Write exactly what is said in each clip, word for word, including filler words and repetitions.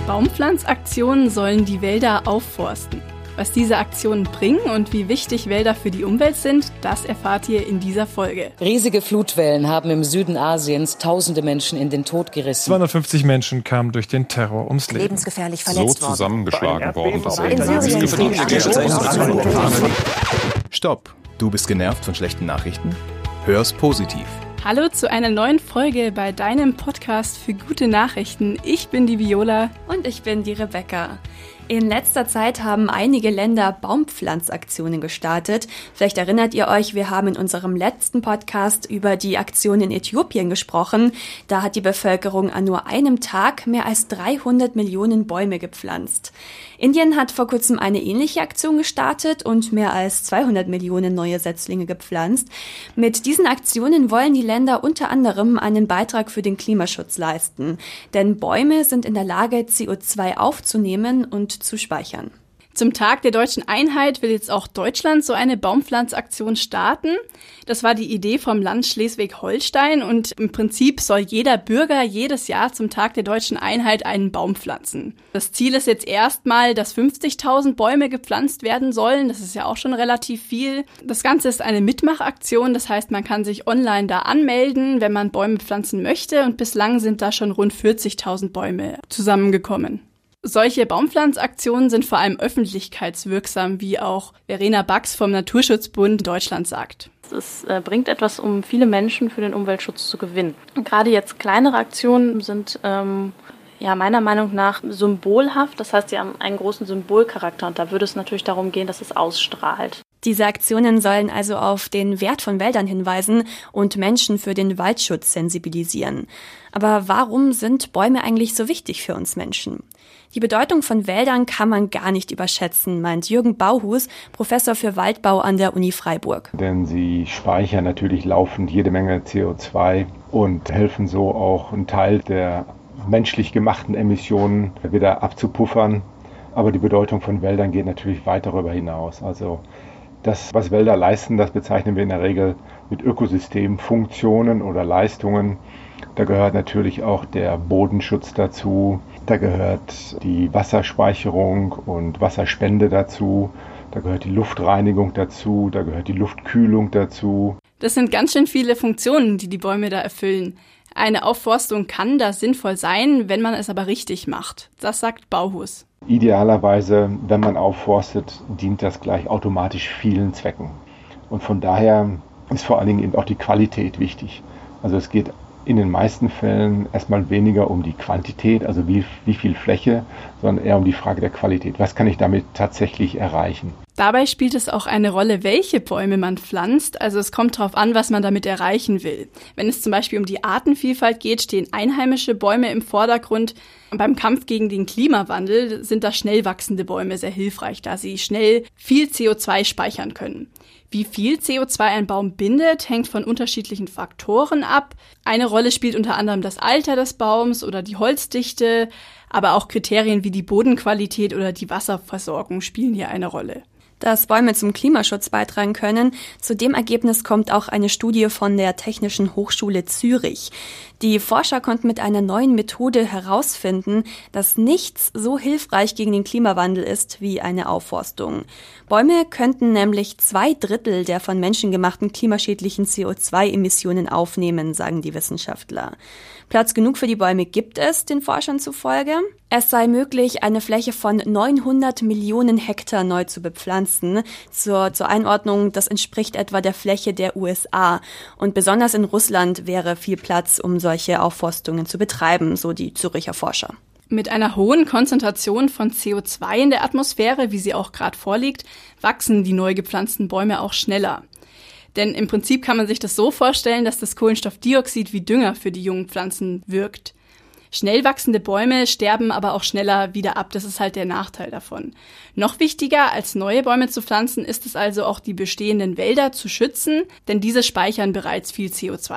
Baumpflanzaktionen sollen die Wälder aufforsten. Was diese Aktionen bringen und wie wichtig Wälder für die Umwelt sind, das erfahrt ihr in dieser Folge. Riesige Flutwellen haben im Süden Asiens tausende Menschen in den Tod gerissen. zweihundertfünfzig Menschen kamen durch den Terror ums Leben. Lebensgefährlich verletzt so zusammengeschlagen worden. worden. Stopp! Du bist genervt von schlechten Nachrichten? Hör's positiv. Hallo zu einer neuen Folge bei deinem Podcast für gute Nachrichten. Ich bin die Viola. Und ich bin die Rebecca. In letzter Zeit haben einige Länder Baumpflanzaktionen gestartet. Vielleicht erinnert ihr euch, wir haben in unserem letzten Podcast über die Aktion in Äthiopien gesprochen. Da hat die Bevölkerung an nur einem Tag mehr als dreihundert Millionen Bäume gepflanzt. Indien hat vor kurzem eine ähnliche Aktion gestartet und mehr als zweihundert Millionen neue Setzlinge gepflanzt. Mit diesen Aktionen wollen die Länder unter anderem einen Beitrag für den Klimaschutz leisten. Denn Bäume sind in der Lage, C O zwei aufzunehmen und zu speichern. Zum Tag der deutschen Einheit will jetzt auch Deutschland so eine Baumpflanzaktion starten. Das war die Idee vom Land Schleswig-Holstein und im Prinzip soll jeder Bürger jedes Jahr zum Tag der deutschen Einheit einen Baum pflanzen. Das Ziel ist jetzt erstmal, dass fünfzigtausend Bäume gepflanzt werden sollen. Das ist ja auch schon relativ viel. Das Ganze ist eine Mitmachaktion, das heißt, man kann sich online da anmelden, wenn man Bäume pflanzen möchte, und bislang sind da schon rund vierzigtausend Bäume zusammengekommen. Solche Baumpflanzaktionen sind vor allem öffentlichkeitswirksam, wie auch Verena Bax vom Naturschutzbund Deutschland sagt. Es äh, bringt etwas, um viele Menschen für den Umweltschutz zu gewinnen. Und gerade jetzt kleinere Aktionen sind ähm, ja meiner Meinung nach symbolhaft. Das heißt, sie haben einen großen Symbolcharakter und da würde es natürlich darum gehen, dass es ausstrahlt. Diese Aktionen sollen also auf den Wert von Wäldern hinweisen und Menschen für den Waldschutz sensibilisieren. Aber warum sind Bäume eigentlich so wichtig für uns Menschen? Die Bedeutung von Wäldern kann man gar nicht überschätzen, meint Jürgen Bauhus, Professor für Waldbau an der Uni Freiburg. Denn sie speichern natürlich laufend jede Menge C O zwei und helfen so auch einen Teil der menschlich gemachten Emissionen wieder abzupuffern. Aber die Bedeutung von Wäldern geht natürlich weit darüber hinaus. Also das, was Wälder leisten, das bezeichnen wir in der Regel mit Ökosystemfunktionen oder Leistungen. Da gehört natürlich auch der Bodenschutz dazu, da gehört die Wasserspeicherung und Wasserspende dazu, da gehört die Luftreinigung dazu, da gehört die Luftkühlung dazu. Das sind ganz schön viele Funktionen, die die Bäume da erfüllen. Eine Aufforstung kann da sinnvoll sein, wenn man es aber richtig macht. Das sagt Bauhus. Idealerweise, wenn man aufforstet, dient das gleich automatisch vielen Zwecken. Und von daher ist vor allen Dingen eben auch die Qualität wichtig. Also es geht in den meisten Fällen erstmal weniger um die Quantität, also wie, wie viel Fläche, sondern eher um die Frage der Qualität. Was kann ich damit tatsächlich erreichen? Dabei spielt es auch eine Rolle, welche Bäume man pflanzt. Also es kommt darauf an, was man damit erreichen will. Wenn es zum Beispiel um die Artenvielfalt geht, stehen einheimische Bäume im Vordergrund. Und beim Kampf gegen den Klimawandel sind da schnell wachsende Bäume sehr hilfreich, da sie schnell viel C O zwei speichern können. Wie viel C O zwei ein Baum bindet, hängt von unterschiedlichen Faktoren ab. Eine Rolle spielt unter anderem das Alter des Baums oder die Holzdichte, aber auch Kriterien wie die Bodenqualität oder die Wasserversorgung spielen hier eine Rolle. Dass Bäume zum Klimaschutz beitragen können, zu dem Ergebnis kommt auch eine Studie von der Technischen Hochschule Zürich. Die Forscher konnten mit einer neuen Methode herausfinden, dass nichts so hilfreich gegen den Klimawandel ist wie eine Aufforstung. Bäume könnten nämlich zwei Drittel der von Menschen gemachten klimaschädlichen C O zwei Emissionen aufnehmen, sagen die Wissenschaftler. Platz genug für die Bäume gibt es, den Forschern zufolge. Es sei möglich, eine Fläche von neunhundert Millionen Hektar neu zu bepflanzen. Zur, zur Einordnung, das entspricht etwa der Fläche der U S A. Und besonders in Russland wäre viel Platz, um solche Aufforstungen zu betreiben, so die Züricher Forscher. Mit einer hohen Konzentration von C O zwei in der Atmosphäre, wie sie auch gerade vorliegt, wachsen die neu gepflanzten Bäume auch schneller. Denn im Prinzip kann man sich das so vorstellen, dass das Kohlenstoffdioxid wie Dünger für die jungen Pflanzen wirkt. Schnell wachsende Bäume sterben aber auch schneller wieder ab. Das ist halt der Nachteil davon. Noch wichtiger als neue Bäume zu pflanzen, ist es also auch, die bestehenden Wälder zu schützen, denn diese speichern bereits viel C O zwei.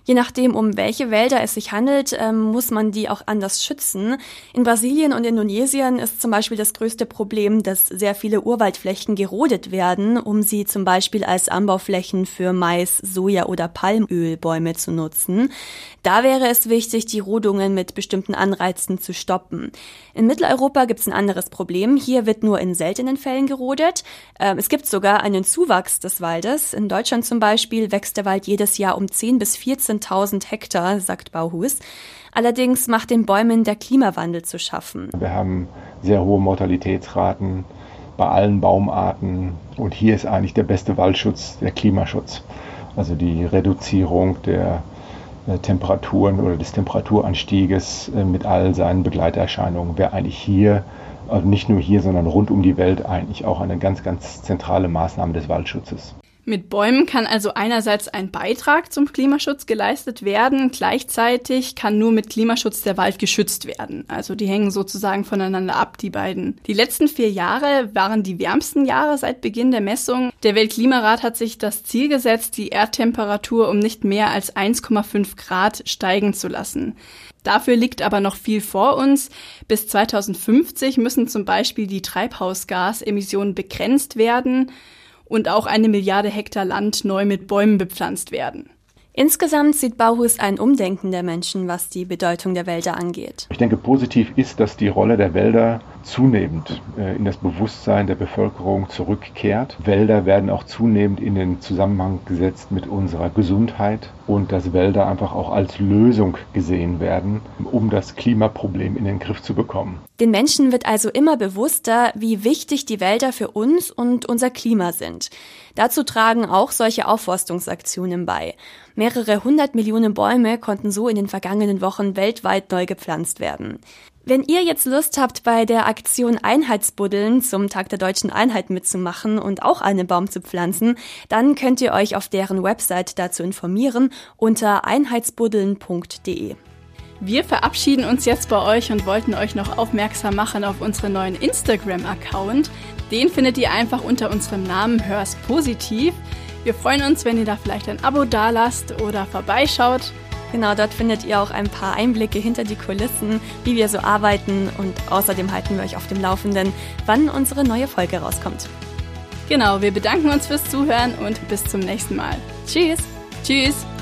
Je nachdem, um welche Wälder es sich handelt, ähm, muss man die auch anders schützen. In Brasilien und Indonesien ist zum Beispiel das größte Problem, dass sehr viele Urwaldflächen gerodet werden, um sie zum Beispiel als Anbauflächen für Mais, Soja oder Palmölbäume zu nutzen. Da wäre es wichtig, die Rodungen mit bestimmten Anreizen zu stoppen. In Mitteleuropa gibt es ein anderes Problem. Hier wird nur in seltenen Fällen gerodet. Ähm, es gibt sogar einen Zuwachs des Waldes. In Deutschland zum Beispiel wächst der Wald jedes Jahr um zehn bis vierzehntausend Hektar, sagt Bauhus. Allerdings macht den Bäumen der Klimawandel zu schaffen. Wir haben sehr hohe Mortalitätsraten bei allen Baumarten. Und hier ist eigentlich der beste Waldschutz der Klimaschutz. Also die Reduzierung der Temperaturen oder des Temperaturanstieges mit all seinen Begleiterscheinungen wäre eigentlich hier, also nicht nur hier, sondern rund um die Welt eigentlich auch eine ganz, ganz zentrale Maßnahme des Waldschutzes. Mit Bäumen kann also einerseits ein Beitrag zum Klimaschutz geleistet werden, gleichzeitig kann nur mit Klimaschutz der Wald geschützt werden. Also die hängen sozusagen voneinander ab, die beiden. Die letzten vier Jahre waren die wärmsten Jahre seit Beginn der Messung. Der Weltklimarat hat sich das Ziel gesetzt, die Erdtemperatur um nicht mehr als eins Komma fünf Grad steigen zu lassen. Dafür liegt aber noch viel vor uns. Bis zweitausendfünfzig müssen zum Beispiel die Treibhausgasemissionen begrenzt werden und auch eine Milliarde Hektar Land neu mit Bäumen bepflanzt werden. Insgesamt sieht Bauhus ein Umdenken der Menschen, was die Bedeutung der Wälder angeht. Ich denke, positiv ist, dass die Rolle der Wälder zunehmend äh, in das Bewusstsein der Bevölkerung zurückkehrt. Wälder werden auch zunehmend in den Zusammenhang gesetzt mit unserer Gesundheit und dass Wälder einfach auch als Lösung gesehen werden, um das Klimaproblem in den Griff zu bekommen. Den Menschen wird also immer bewusster, wie wichtig die Wälder für uns und unser Klima sind. Dazu tragen auch solche Aufforstungsaktionen bei. Mehrere hundert Millionen Bäume konnten so in den vergangenen Wochen weltweit neu gepflanzt werden. Wenn ihr jetzt Lust habt, bei der Aktion Einheitsbuddeln zum Tag der Deutschen Einheit mitzumachen und auch einen Baum zu pflanzen, dann könnt ihr euch auf deren Website dazu informieren unter einheitsbuddeln punkt de. Wir verabschieden uns jetzt bei euch und wollten euch noch aufmerksam machen auf unseren neuen Instagram-Account. Den findet ihr einfach unter unserem Namen Hör's Positiv. Wir freuen uns, wenn ihr da vielleicht ein Abo dalasst oder vorbeischaut. Genau, dort findet ihr auch ein paar Einblicke hinter die Kulissen, wie wir so arbeiten und außerdem halten wir euch auf dem Laufenden, wann unsere neue Folge rauskommt. Genau, wir bedanken uns fürs Zuhören und bis zum nächsten Mal. Tschüss! Tschüss!